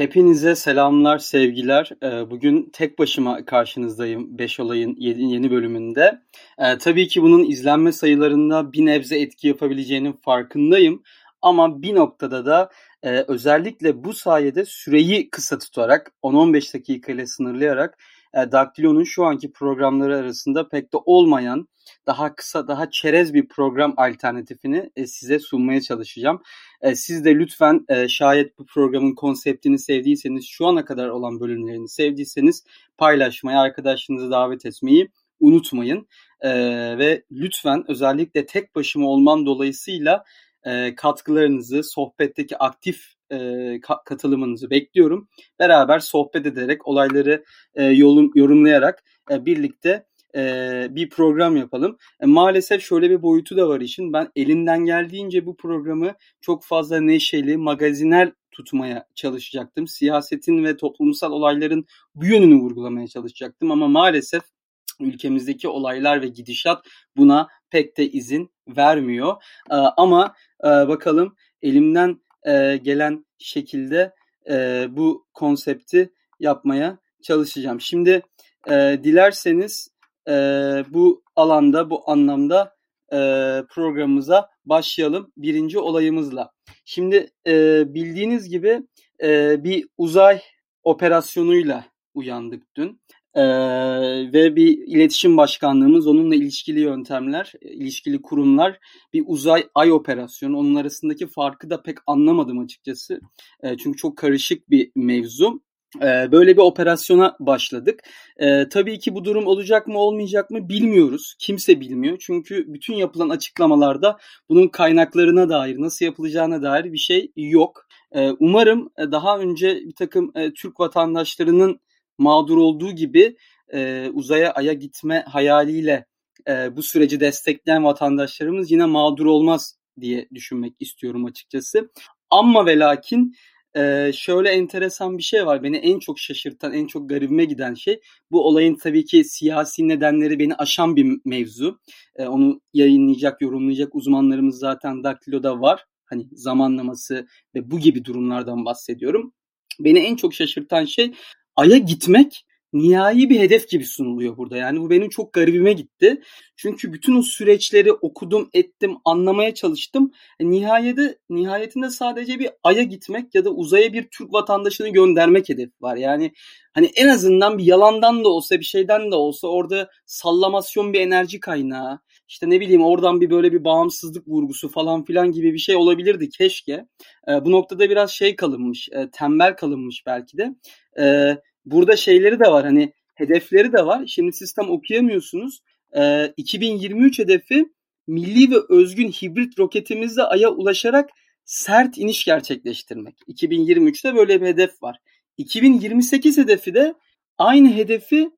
Hepinize selamlar, sevgiler. Bugün tek başıma karşınızdayım 5 olayın yeni bölümünde. Tabii ki bunun izlenme sayılarında bir nebze etki yapabileceğinin farkındayım. Ama bir noktada da özellikle bu sayede süreyi kısa tutarak 10-15 dakika ile sınırlayarak Daktilo'nun şu anki programları arasında pek de olmayan daha kısa, daha çerez bir program alternatifini size sunmaya çalışacağım. Siz de lütfen şayet bu programın konseptini sevdiyseniz, şu ana kadar olan bölümlerini sevdiyseniz paylaşmayı, arkadaşlarınızı davet etmeyi unutmayın. Ve lütfen özellikle tek başıma olmam dolayısıyla katkılarınızı, sohbetteki aktif katılımınızı bekliyorum. Beraber sohbet ederek, olayları yorumlayarak birlikte bir program yapalım. Maalesef şöyle bir boyutu da var işin. Ben elinden geldiğince bu programı çok fazla neşeli, magazinel tutmaya çalışacaktım. Siyasetin ve toplumsal olayların bu yönünü vurgulamaya çalışacaktım ama maalesef ülkemizdeki olaylar ve gidişat buna pek de izin vermiyor. Ama bakalım elimden gelen şekilde bu konsepti yapmaya çalışacağım. Şimdi dilerseniz bu alanda, bu anlamda programımıza başlayalım birinci olayımızla. Şimdi bildiğiniz gibi bir uzay operasyonuyla uyandık dün. Ve bir iletişim başkanlığımız, onunla ilişkili yöntemler, ilişkili kurumlar, bir uzay ay operasyonu. Onun arasındaki farkı da pek anlamadım açıkçası. Çünkü çok karışık bir mevzu. Böyle bir operasyona başladık. Tabii ki bu durum olacak mı olmayacak mı bilmiyoruz. Kimse bilmiyor. Çünkü bütün yapılan açıklamalarda bunun kaynaklarına dair, nasıl yapılacağına dair bir şey yok. Umarım daha önce bir takım Türk vatandaşlarının mağdur olduğu gibi uzaya, aya gitme hayaliyle bu süreci destekleyen vatandaşlarımız yine mağdur olmaz diye düşünmek istiyorum açıkçası. Amma ve lakin şöyle enteresan bir şey var. Beni en çok şaşırtan, en çok garibime giden şey, bu olayın tabii ki siyasi nedenleri beni aşan bir mevzu. Onu yayınlayacak, yorumlayacak uzmanlarımız zaten Daktilo'da var. Hani zamanlaması ve bu gibi durumlardan bahsediyorum. Beni en çok şaşırtan şey, Ay'a gitmek nihai bir hedef gibi sunuluyor burada. Yani bu benim çok garibime gitti. Çünkü bütün o süreçleri okudum, ettim, anlamaya çalıştım. Nihayetinde sadece bir Ay'a gitmek ya da uzaya bir Türk vatandaşını göndermek hedefi var. Yani hani en azından bir yalandan da olsa, bir şeyden de olsa orada sallamasyon bir enerji kaynağı, işte ne bileyim oradan bir böyle bir bağımsızlık vurgusu falan filan gibi bir şey olabilirdi keşke. Bu noktada biraz kalınmış, tembel kalınmış belki de. Burada şeyleri de var, hani hedefleri de var. Şimdi siz tam okuyamıyorsunuz. 2023 hedefi milli ve özgün hibrit roketimizle Ay'a ulaşarak sert iniş gerçekleştirmek. 2023'te böyle bir hedef var. 2028 hedefi de aynı hedefi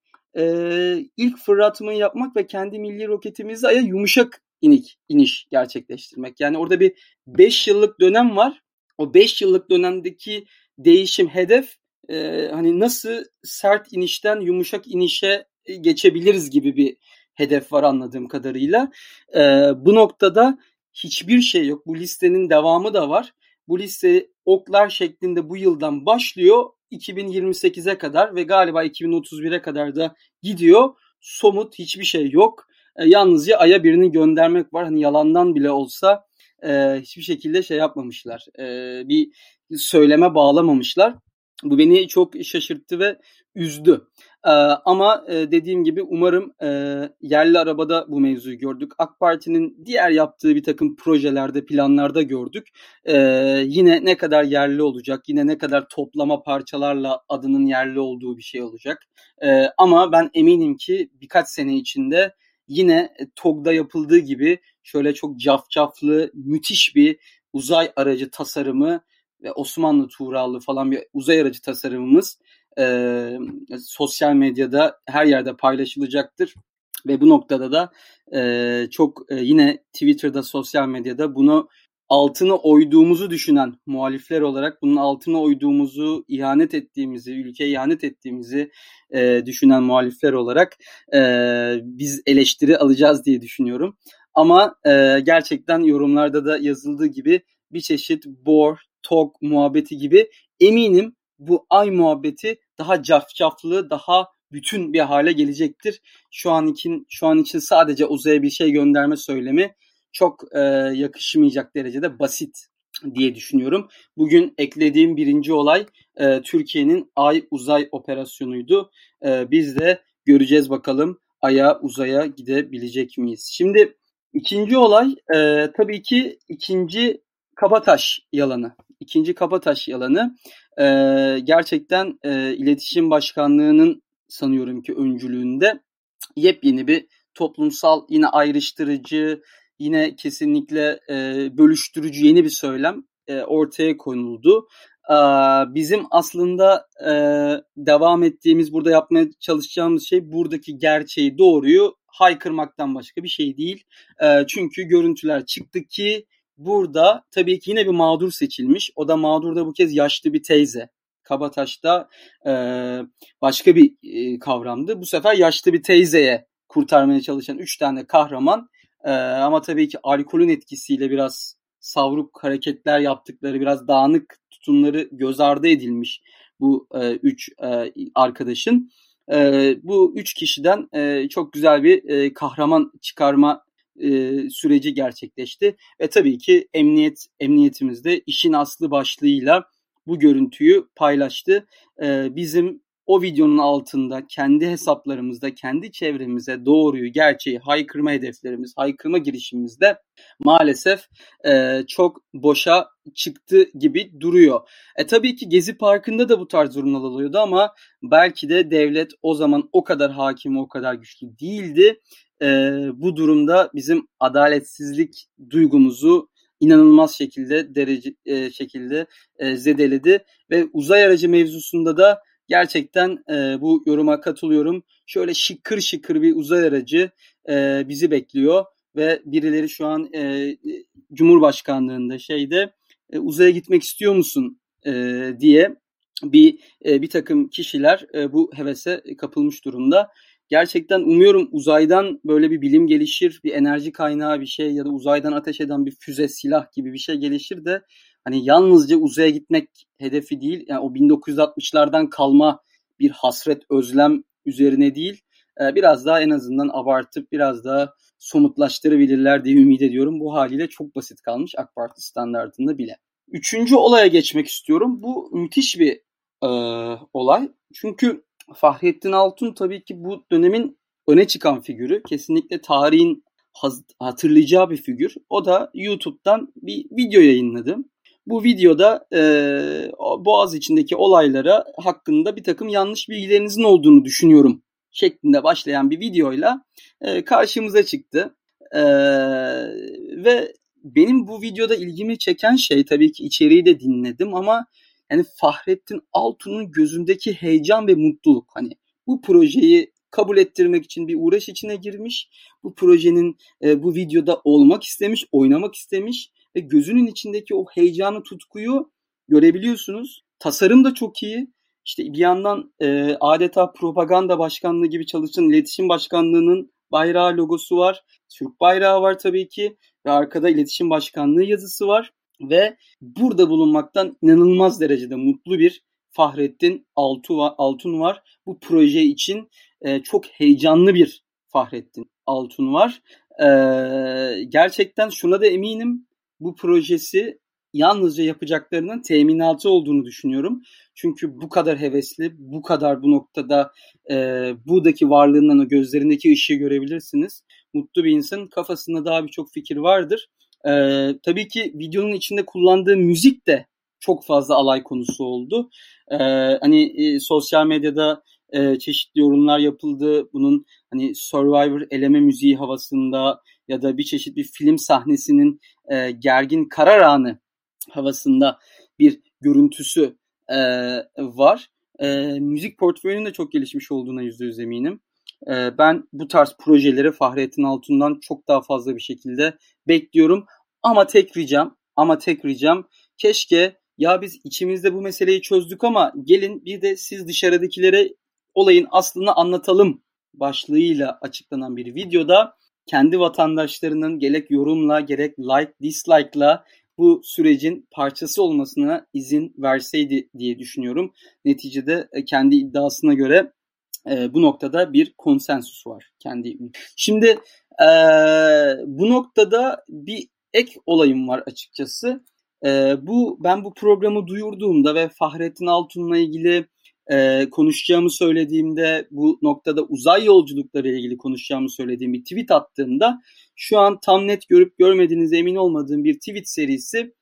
ilk fırlatmayı yapmak ve kendi milli roketimizle Ay'a yumuşak iniş gerçekleştirmek. Yani orada bir 5 yıllık dönem var. O 5 yıllık dönemdeki değişim hedef, hani nasıl sert inişten yumuşak inişe geçebiliriz gibi bir hedef var anladığım kadarıyla. Bu noktada hiçbir şey yok. Bu listenin devamı da var. Bu liste oklar şeklinde bu yıldan başlıyor 2028'e kadar ve galiba 2031'e kadar da gidiyor. Somut hiçbir şey yok. Yalnızca Ay'a birini göndermek var. Hani yalandan bile olsa hiçbir şekilde yapmamışlar. Bir söyleme bağlamamışlar. Bu beni çok şaşırttı ve üzdü. Ama dediğim gibi umarım yerli arabada bu mevzuyu gördük. AK Parti'nin diğer yaptığı bir takım projelerde, planlarda gördük. Yine ne kadar yerli olacak, yine ne kadar toplama parçalarla adının yerli olduğu bir şey olacak. Ama ben eminim ki birkaç sene içinde yine TOG'da yapıldığı gibi şöyle çok cafcaflı, müthiş bir uzay aracı tasarımı ve Osmanlı Tuğrallı falan bir uzay aracı tasarımımız sosyal medyada her yerde paylaşılacaktır. Ve bu noktada da çok yine Twitter'da, sosyal medyada bunu altına oyduğumuzu düşünen muhalifler olarak, bunun altına oyduğumuzu, ihanet ettiğimizi, ülkeye ihanet ettiğimizi düşünen muhalifler olarak biz eleştiri alacağız diye düşünüyorum. Ama gerçekten yorumlarda da yazıldığı gibi bir çeşit bore, talk muhabbeti gibi, eminim bu ay muhabbeti daha cafcaflı, daha bütün bir hale gelecektir. Şu an için sadece uzaya bir şey gönderme söylemi çok yakışmayacak derecede basit diye düşünüyorum. Bugün eklediğim birinci olay Türkiye'nin Ay Uzay Operasyonu'ydu. Biz de göreceğiz bakalım Ay'a, uzaya gidebilecek miyiz? Şimdi ikinci olay tabii ki ikinci Kabataş yalanı. İkinci Kabataş yalanı gerçekten İletişim Başkanlığı'nın sanıyorum ki öncülüğünde yepyeni bir toplumsal, yine ayrıştırıcı, yine kesinlikle bölüştürücü yeni bir söylem ortaya konuldu. Bizim aslında devam ettiğimiz, burada yapmaya çalışacağımız şey buradaki gerçeği, doğruyu haykırmaktan başka bir şey değil. Çünkü görüntüler çıktı ki burada tabii ki yine bir mağdur seçilmiş. O da mağdur da bu kez yaşlı bir teyze. Kabataş'ta başka bir kavramdı. Bu sefer yaşlı bir teyzeye kurtarmaya çalışan 3 tane kahraman ama tabii ki alkolün etkisiyle biraz savruk hareketler yaptıkları, biraz dağınık tutumları göz ardı edilmiş bu 3 arkadaşın. Bu 3 kişiden çok güzel bir kahraman çıkarma süreci gerçekleşti ve tabii ki emniyetimiz de işin aslı başlığıyla bu görüntüyü paylaştı. Bizim o videonun altında kendi hesaplarımızda, kendi çevremize doğruyu, gerçeği haykırma hedeflerimiz, haykırma girişimimizde maalesef çok boşa çıktı gibi duruyor. Tabii ki Gezi Parkı'nda da bu tarz durumlar oluyordu ama belki de devlet o zaman o kadar hakim, o kadar güçlü değildi. Bu durumda bizim adaletsizlik duygumuzu inanılmaz şekilde zedeledi ve uzay aracı mevzusunda da gerçekten bu yoruma katılıyorum. Şöyle şıkır şıkır bir uzay aracı bizi bekliyor ve birileri şu an Cumhurbaşkanlığında uzaya gitmek istiyor musun diye bir takım kişiler bu hevese kapılmış durumda. Gerçekten umuyorum uzaydan böyle bir bilim gelişir, bir enerji kaynağı bir şey ya da uzaydan ateş eden bir füze, silah gibi bir şey gelişir de hani yalnızca uzaya gitmek hedefi değil, yani o 1960'lardan kalma bir hasret, özlem üzerine değil, biraz daha en azından abartıp biraz daha somutlaştırabilirler diye ümit ediyorum. Bu haliyle çok basit kalmış AK Parti standartında bile. Üçüncü olaya geçmek istiyorum. Bu müthiş bir olay. Çünkü Fahrettin Altun tabii ki bu dönemin öne çıkan figürü. Kesinlikle tarihin hatırlayacağı bir figür. O da YouTube'dan bir video yayınladı. Bu videoda Boğaziçi'ndeki olaylara hakkında bir takım yanlış bilgilerinizin olduğunu düşünüyorum şeklinde başlayan bir videoyla karşımıza çıktı. Ve benim bu videoda ilgimi çeken şey, tabii ki içeriği de dinledim ama yani Fahrettin Altun'un gözündeki heyecan ve mutluluk, hani bu projeyi kabul ettirmek için bir uğraş içine girmiş. Bu projenin bu videoda olmak istemiş, oynamak istemiş ve gözünün içindeki o heyecanı, tutkuyu görebiliyorsunuz. Tasarım da çok iyi. İşte bir yandan adeta propaganda başkanlığı gibi çalışan iletişim başkanlığının bayrağı, logosu var. Türk bayrağı var tabii ki ve arkada iletişim başkanlığı yazısı var. Ve burada bulunmaktan inanılmaz derecede mutlu bir Fahrettin Altun var. Bu proje için çok heyecanlı bir Fahrettin Altun var. Gerçekten şuna da eminim, bu projesi yalnızca yapacaklarının teminatı olduğunu düşünüyorum. Çünkü bu kadar hevesli, bu kadar bu noktada buradaki varlığından o gözlerindeki ışığı görebilirsiniz. Mutlu bir insanın kafasında daha birçok fikir vardır. Tabii ki videonun içinde kullandığı müzik de çok fazla alay konusu oldu. Sosyal medyada çeşitli yorumlar yapıldı. Bunun hani Survivor eleme müziği havasında ya da bir çeşit bir film sahnesinin gergin karar anı havasında bir görüntüsü var. Müzik portföyünün de çok gelişmiş olduğuna %100 eminim. Ben bu tarz projeleri Fahrettin Altun'dan çok daha fazla bir şekilde bekliyorum. Ama tek ricam keşke ya biz içimizde bu meseleyi çözdük ama gelin bir de siz dışarıdakilere olayın aslını anlatalım başlığıyla açıklanan bir videoda kendi vatandaşlarının gerek yorumla gerek like, dislike'la bu sürecin parçası olmasına izin verseydi diye düşünüyorum. Neticede kendi iddiasına göre bu noktada bir konsensus var kendi. Şimdi bu noktada bir ek olayım var açıkçası. Ben bu programı duyurduğumda ve Fahrettin Altun'la ilgili konuşacağımı söylediğimde, bu noktada uzay yolculukları ile ilgili konuşacağımı söylediğim bir tweet attığımda, şu an tam net görüp görmediğinize emin olmadığım bir tweet serisi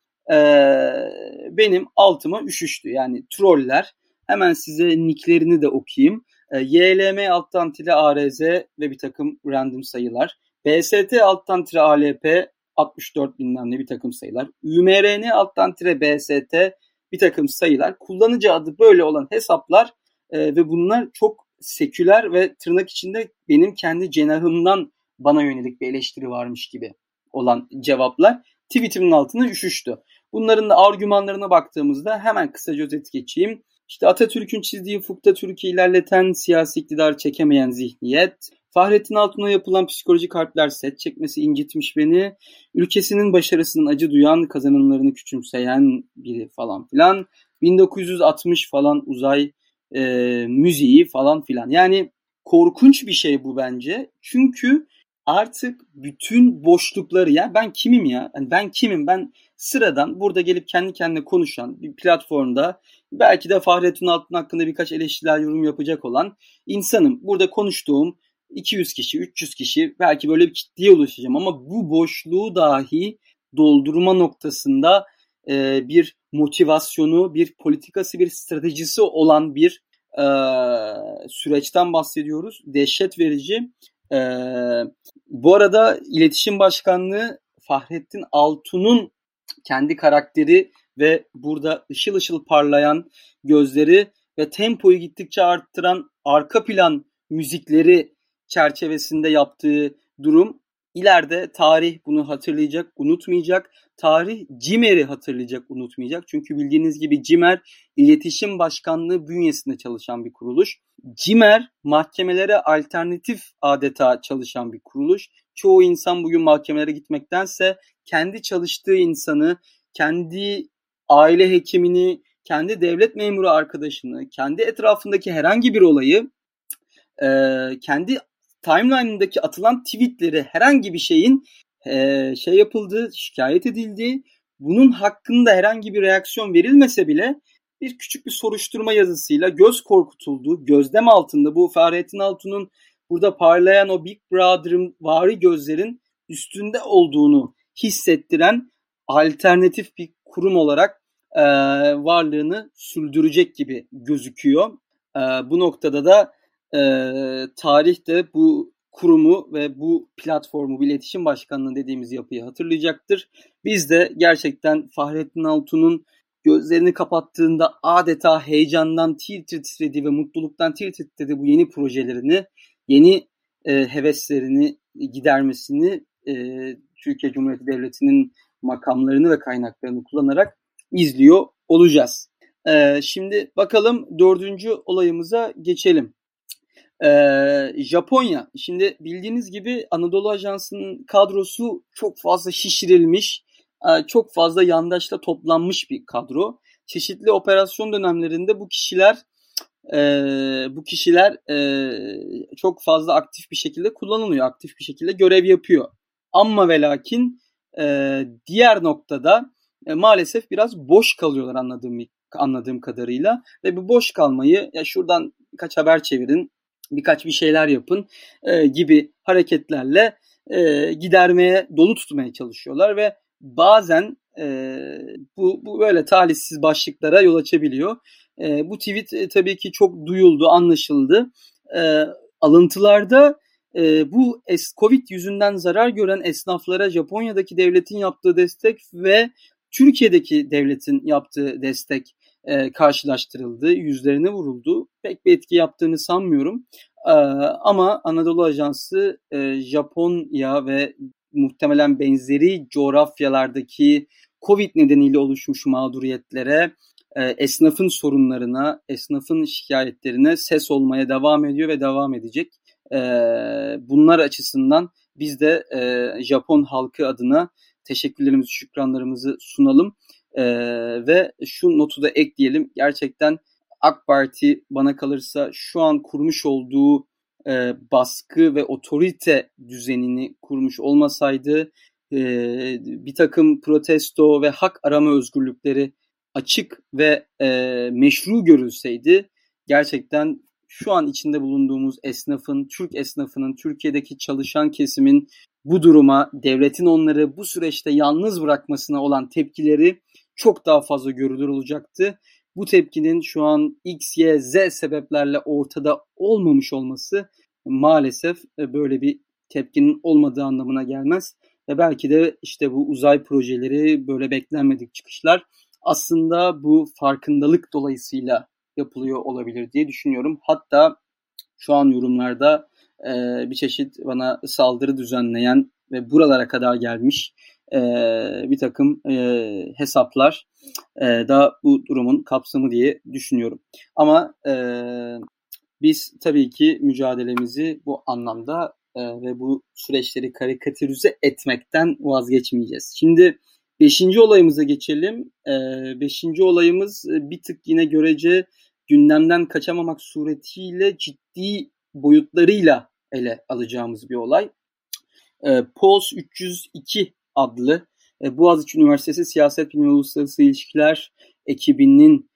benim altıma üşüştü. Yani troller. Hemen size nicklerini de okuyayım. YLM alttan tire ARZ ve bir takım random sayılar. BST alttan tire ALP 64 bilmem ne bir takım sayılar. UMRN alttan tire BST bir takım sayılar. Kullanıcı adı böyle olan hesaplar ve bunlar çok seküler ve tırnak içinde benim kendi cenahımdan bana yönelik bir eleştiri varmış gibi olan cevaplar tweetimin altına üşüştü. Bunların da argümanlarına baktığımızda hemen kısaca özet geçeyim. İşte Atatürk'ün çizdiği ufukta Türkiye ilerleten siyasi iktidar çekemeyen zihniyet, Fahrettin Altun'a yapılan psikolojik harpler set çekmesi incitmiş beni, ülkesinin başarısının acı duyan, kazanımlarını küçümseyen biri falan filan, 1960 falan uzay müziği falan filan. Yani korkunç bir şey bu bence. Çünkü artık bütün boşlukları, ya ben kimim ya? Yani ben kimim? Ben sıradan burada gelip kendi kendine konuşan bir platformda belki de Fahrettin Altun hakkında birkaç eleştirel yorum yapacak olan insanım. Burada konuştuğum 200 kişi, 300 kişi, belki böyle bir kitleye ulaşacağım ama bu boşluğu dahi doldurma noktasında bir motivasyonu, bir politikası, bir stratejisi olan bir süreçten bahsediyoruz. Dehşet verici. Bu arada İletişim Başkanlığı Fahrettin Altun'un kendi karakteri ve burada ışıl ışıl parlayan gözleri ve tempoyu gittikçe arttıran arka plan müzikleri çerçevesinde yaptığı durum, ileride tarih bunu hatırlayacak, unutmayacak. Tarih CİMER'i hatırlayacak, unutmayacak. Çünkü bildiğiniz gibi CİMER İletişim Başkanlığı bünyesinde çalışan bir kuruluş. CİMER mahkemelere alternatif adeta çalışan bir kuruluş. Çoğu insan bugün mahkemelere gitmektense kendi çalıştığı insanı, kendi aile hekimini, kendi devlet memuru arkadaşını, kendi etrafındaki herhangi bir olayı, kendi timeline'ındaki atılan tweetleri, herhangi bir şeyin yapıldığı, şikayet edildiği, bunun hakkında herhangi bir reaksiyon verilmese bile bir küçük bir soruşturma yazısıyla göz korkutulduğu, gözlem altında bu Fahrettin Altun'un burada parlayan o Big Brother'ın vari gözlerin üstünde olduğunu hissettiren alternatif bir kurum olarak varlığını sürdürecek gibi gözüküyor. Bu noktada da tarih de bu kurumu ve bu platformu, İletişim Başkanlığı dediğimiz yapıyı hatırlayacaktır. Biz de gerçekten Fahrettin Altun'un gözlerini kapattığında adeta heyecandan tir tir titrediği ve mutluluktan tir tir titrediği bu yeni projelerini, yeni heveslerini gidermesini Türkiye Cumhuriyeti Devleti'nin makamlarını ve kaynaklarını kullanarak izliyor olacağız. Şimdi bakalım 4. olayımıza geçelim. Japonya. Şimdi bildiğiniz gibi Anadolu Ajansı'nın kadrosu çok fazla şişirilmiş, çok fazla yandaşla toplanmış bir kadro. Çeşitli operasyon dönemlerinde bu kişiler çok fazla aktif bir şekilde kullanılıyor, aktif bir şekilde görev yapıyor. Ama ve lakin diğer noktada maalesef biraz boş kalıyorlar anladığım kadarıyla ve bu boş kalmayı, ya şuradan birkaç haber çevirin, birkaç bir şeyler yapın gibi hareketlerle gidermeye, dolu tutmaya çalışıyorlar ve bazen bu böyle talihsiz başlıklara yol açabiliyor. Bu tweet tabii ki çok duyuldu, anlaşıldı. Alıntılarda bu Covid yüzünden zarar gören esnaflara Japonya'daki devletin yaptığı destek ve Türkiye'deki devletin yaptığı destek karşılaştırıldı, yüzlerine vuruldu. Pek bir etki yaptığını sanmıyorum. Ama Anadolu Ajansı Japonya ve muhtemelen benzeri coğrafyalardaki Covid nedeniyle oluşmuş mağduriyetlere, esnafın sorunlarına, esnafın şikayetlerine ses olmaya devam ediyor ve devam edecek. Bunlar açısından biz de Japon halkı adına teşekkürlerimizi, şükranlarımızı sunalım. Ve şu notu da ekleyelim. Gerçekten AK Parti bana kalırsa şu an kurmuş olduğu baskı ve otorite düzenini kurmuş olmasaydı, bir takım protesto ve hak arama özgürlükleri açık ve meşru görülseydi, gerçekten şu an içinde bulunduğumuz esnafın, Türk esnafının, Türkiye'deki çalışan kesimin bu duruma, devletin onları bu süreçte yalnız bırakmasına olan tepkileri çok daha fazla görülür olacaktı. Bu tepkinin şu an X, Y, Z sebeplerle ortada olmamış olması maalesef böyle bir tepkinin olmadığı anlamına gelmez. Ve belki de işte bu uzay projeleri, böyle beklenmedik çıkışlar aslında bu farkındalık dolayısıyla yapılıyor olabilir diye düşünüyorum. Hatta şu an yorumlarda bir çeşit bana saldırı düzenleyen ve buralara kadar gelmiş bir takım hesaplar da bu durumun kapsamı diye düşünüyorum. Ama biz tabii ki mücadelemizi bu anlamda ve bu süreçleri karikatürize etmekten vazgeçmeyeceğiz. Şimdi 5. olayımıza geçelim. 5. olayımız bir tık yine görece gündemden kaçamamak suretiyle ciddi boyutlarıyla ele alacağımız bir olay. POLS 302 adlı Boğaziçi Üniversitesi Siyaset Bilimi ve Uluslararası İlişkiler ekibinin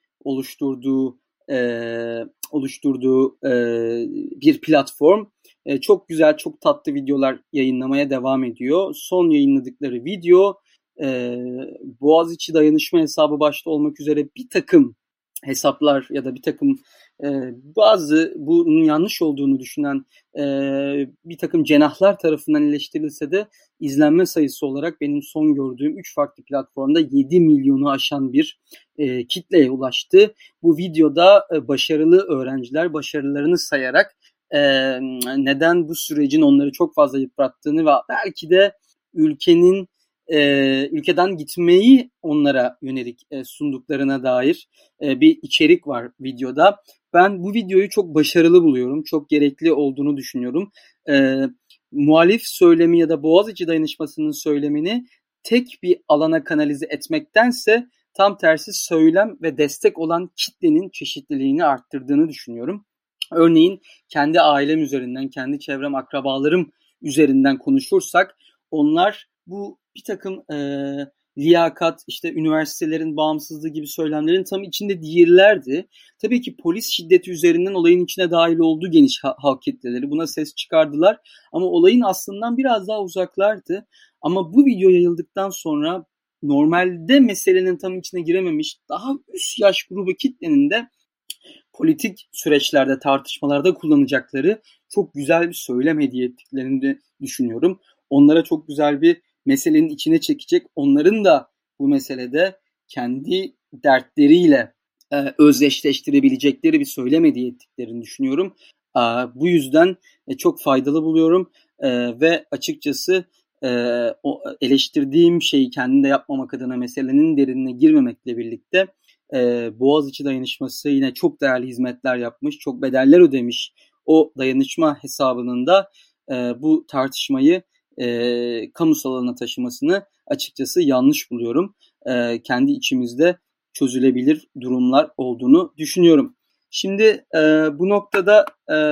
oluşturduğu bir platform. Çok güzel, çok tatlı videolar yayınlamaya devam ediyor. Son yayınladıkları video Boğaziçi Dayanışma Hesabı başta olmak üzere bir takım hesaplar ya da bir takım bazı bunun yanlış olduğunu düşünen bir takım cenahlar tarafından eleştirilse de izlenme sayısı olarak benim son gördüğüm 3 farklı platformda 7 milyonu aşan bir kitleye ulaştı. Bu videoda başarılı öğrenciler başarılarını sayarak neden bu sürecin onları çok fazla yıprattığını ve belki de ülkeden gitmeyi onlara yönelik sunduklarına dair bir içerik var videoda. Ben bu videoyu çok başarılı buluyorum. Çok gerekli olduğunu düşünüyorum. Muhalif söylemi ya da Boğaziçi Dayanışması'nın söylemini tek bir alana kanalize etmektense tam tersi söylem ve destek olan kitlenin çeşitliliğini arttırdığını düşünüyorum. Örneğin kendi ailem üzerinden, kendi çevrem, akrabalarım üzerinden konuşursak onlar bu bir takım liyakat, işte üniversitelerin bağımsızlığı gibi söylemlerin tam içinde değillerdi. Tabii ki polis şiddeti üzerinden olayın içine dahil olduğu geniş halk kitleleri buna ses çıkardılar. Ama olayın aslından biraz daha uzaklardı. Ama bu video yayıldıktan sonra normalde meselenin tam içine girememiş daha üst yaş grubu kitlenin de politik süreçlerde, tartışmalarda kullanacakları çok güzel bir söylem hediye ettiklerini de düşünüyorum. Onlara çok güzel bir meselenin içine çekecek, onların da bu meselede kendi dertleriyle özdeşleştirebilecekleri bir söylem hediye ettiklerini düşünüyorum. Bu yüzden çok faydalı buluyorum ve açıkçası o eleştirdiğim şeyi kendinde yapmamak adına meselenin derinine girmemekle birlikte Boğaziçi Dayanışması yine çok değerli hizmetler yapmış, çok bedeller ödemiş. O dayanışma hesabının da bu tartışmayı kamusal alana taşımasını açıkçası yanlış buluyorum. Kendi içimizde çözülebilir durumlar olduğunu düşünüyorum. Şimdi bu noktada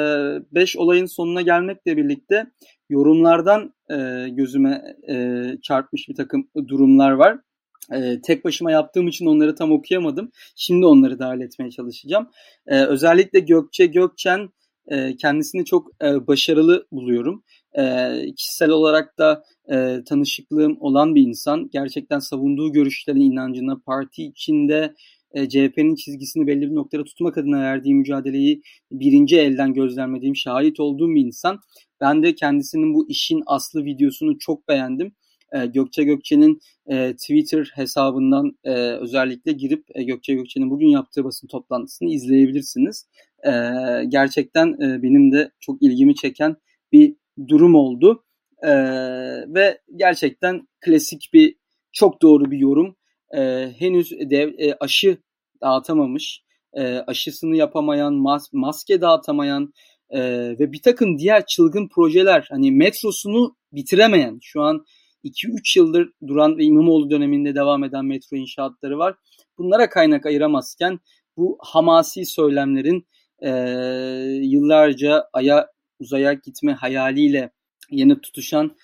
5 olayın sonuna gelmekle birlikte yorumlardan gözüme çarpmış bir takım durumlar var. Tek başıma yaptığım için onları tam okuyamadım. Şimdi onları dahil etmeye çalışacağım. Özellikle Gökçe Gökçen kendisini çok başarılı buluyorum. Kişisel olarak da tanışıklığım olan bir insan. Gerçekten savunduğu görüşlerin inancına, parti içinde CHP'nin çizgisini belli bir noktada tutmak adına verdiği mücadeleyi birinci elden gözlemlediğim, şahit olduğum bir insan. Ben de kendisinin bu işin aslı videosunu çok beğendim. Gökçe Gökçen'in Twitter hesabından özellikle girip Gökçe Gökçen'in bugün yaptığı basın toplantısını izleyebilirsiniz. Gerçekten benim de çok ilgimi çeken bir durum oldu. Ve gerçekten klasik bir, çok doğru bir yorum. Henüz aşı dağıtamamış, aşısını yapamayan, maske dağıtamayan ve bir takım diğer çılgın projeler, hani metrosunu bitiremeyen, şu an 2-3 yıldır duran ve İmamoğlu döneminde devam eden metro inşaatları var. Bunlara kaynak ayıramazken bu hamasi söylemlerin yıllarca uzaya gitme hayaliyle yanıp tutuşan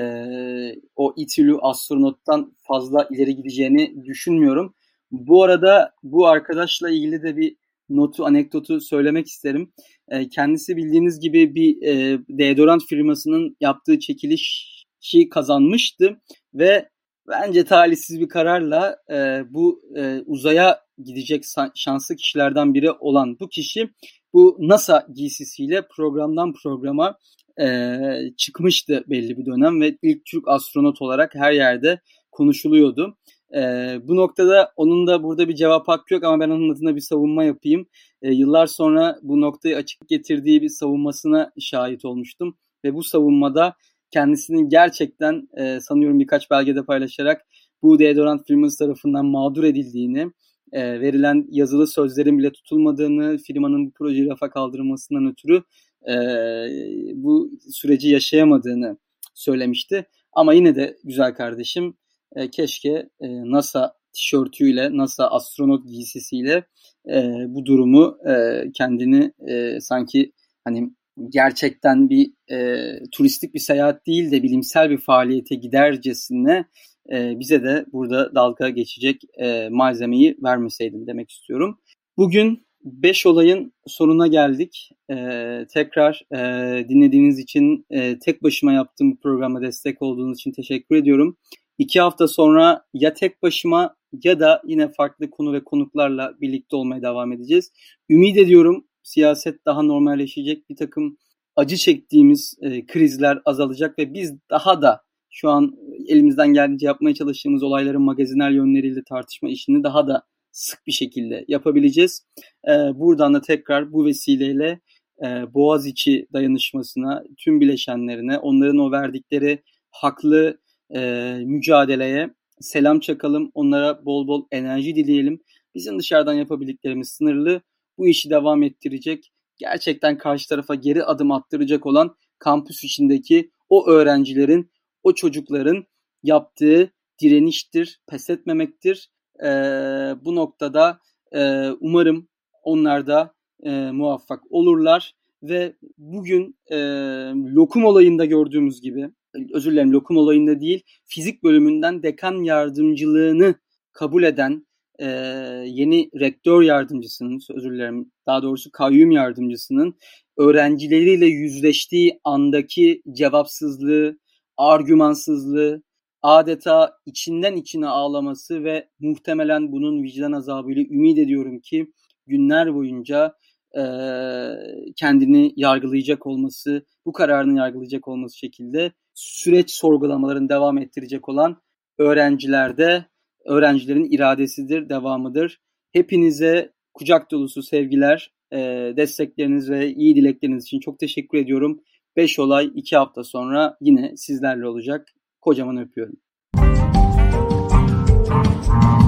o İTÜ'lü astronottan fazla ileri gideceğini düşünmüyorum. Bu arada bu arkadaşla ilgili de bir anekdotu söylemek isterim. Kendisi bildiğiniz gibi bir deodorant firmasının yaptığı çekilişi kazanmıştı ve bence talihsiz bir kararla bu uzaya gidecek şanslı kişilerden biri olan bu kişi bu NASA giysisiyle programdan programa çıkmıştı belli bir dönem ve ilk Türk astronot olarak her yerde konuşuluyordu. Bu noktada onun da burada bir cevap hakkı yok ama ben onun adına bir savunma yapayım. Yıllar sonra bu noktayı açık getirdiği bir savunmasına şahit olmuştum ve bu savunmada kendisinin gerçekten sanıyorum birkaç belgede paylaşarak bu deodorant firması tarafından mağdur edildiğini, verilen yazılı sözlerin bile tutulmadığını, firmanın bu projeyi rafa kaldırmasından ötürü bu süreci yaşayamadığını söylemişti. Ama yine de güzel kardeşim keşke NASA tişörtüyle, NASA astronot giysisiyle bu durumu kendini sanki hani gerçekten bir turistik bir seyahat değil de bilimsel bir faaliyete gidercesine bize de burada dalga geçecek malzemeyi vermeseydin demek istiyorum. Bugün 5 olayın sonuna geldik. Tekrar dinlediğiniz için, tek başıma yaptığım bu programa destek olduğunuz için teşekkür ediyorum. 2 hafta sonra ya tek başıma ya da yine farklı konu ve konuklarla birlikte olmaya devam edeceğiz. Ümit ediyorum siyaset daha normalleşecek, bir takım acı çektiğimiz krizler azalacak ve biz daha da şu an elimizden geldiğince yapmaya çalıştığımız olayların magazinel yönleriyle tartışma işini daha da sık bir şekilde yapabileceğiz. Buradan da tekrar bu vesileyle Boğaziçi dayanışmasına, tüm bileşenlerine, onların o verdikleri haklı mücadeleye selam çakalım. Onlara bol bol enerji dileyelim. Bizim dışarıdan yapabildiklerimiz sınırlı. Bu işi devam ettirecek, gerçekten karşı tarafa geri adım attıracak olan kampüs içindeki o öğrencilerin, o çocukların yaptığı direniştir, pes etmemektir. Bu noktada umarım onlar da muvaffak olurlar ve bugün lokum olayında gördüğümüz gibi, özür dilerim lokum olayında değil, fizik bölümünden dekan yardımcılığını kabul eden yeni rektör yardımcısının, özür dilerim daha doğrusu kayyum yardımcısının öğrencileriyle yüzleştiği andaki cevapsızlığı, argümansızlığı, adeta içinden içine ağlaması ve muhtemelen bunun vicdan azabıyla ümit ediyorum ki günler boyunca kendini yargılayacak olması, bu kararını yargılayacak olması şekilde süreç sorgulamalarını devam ettirecek olan öğrencilerin iradesidir, devamıdır. Hepinize kucak dolusu sevgiler, destekleriniz ve iyi dilekleriniz için çok teşekkür ediyorum. 5 olay 2 hafta sonra yine sizlerle olacak. Kocaman öpüyorum.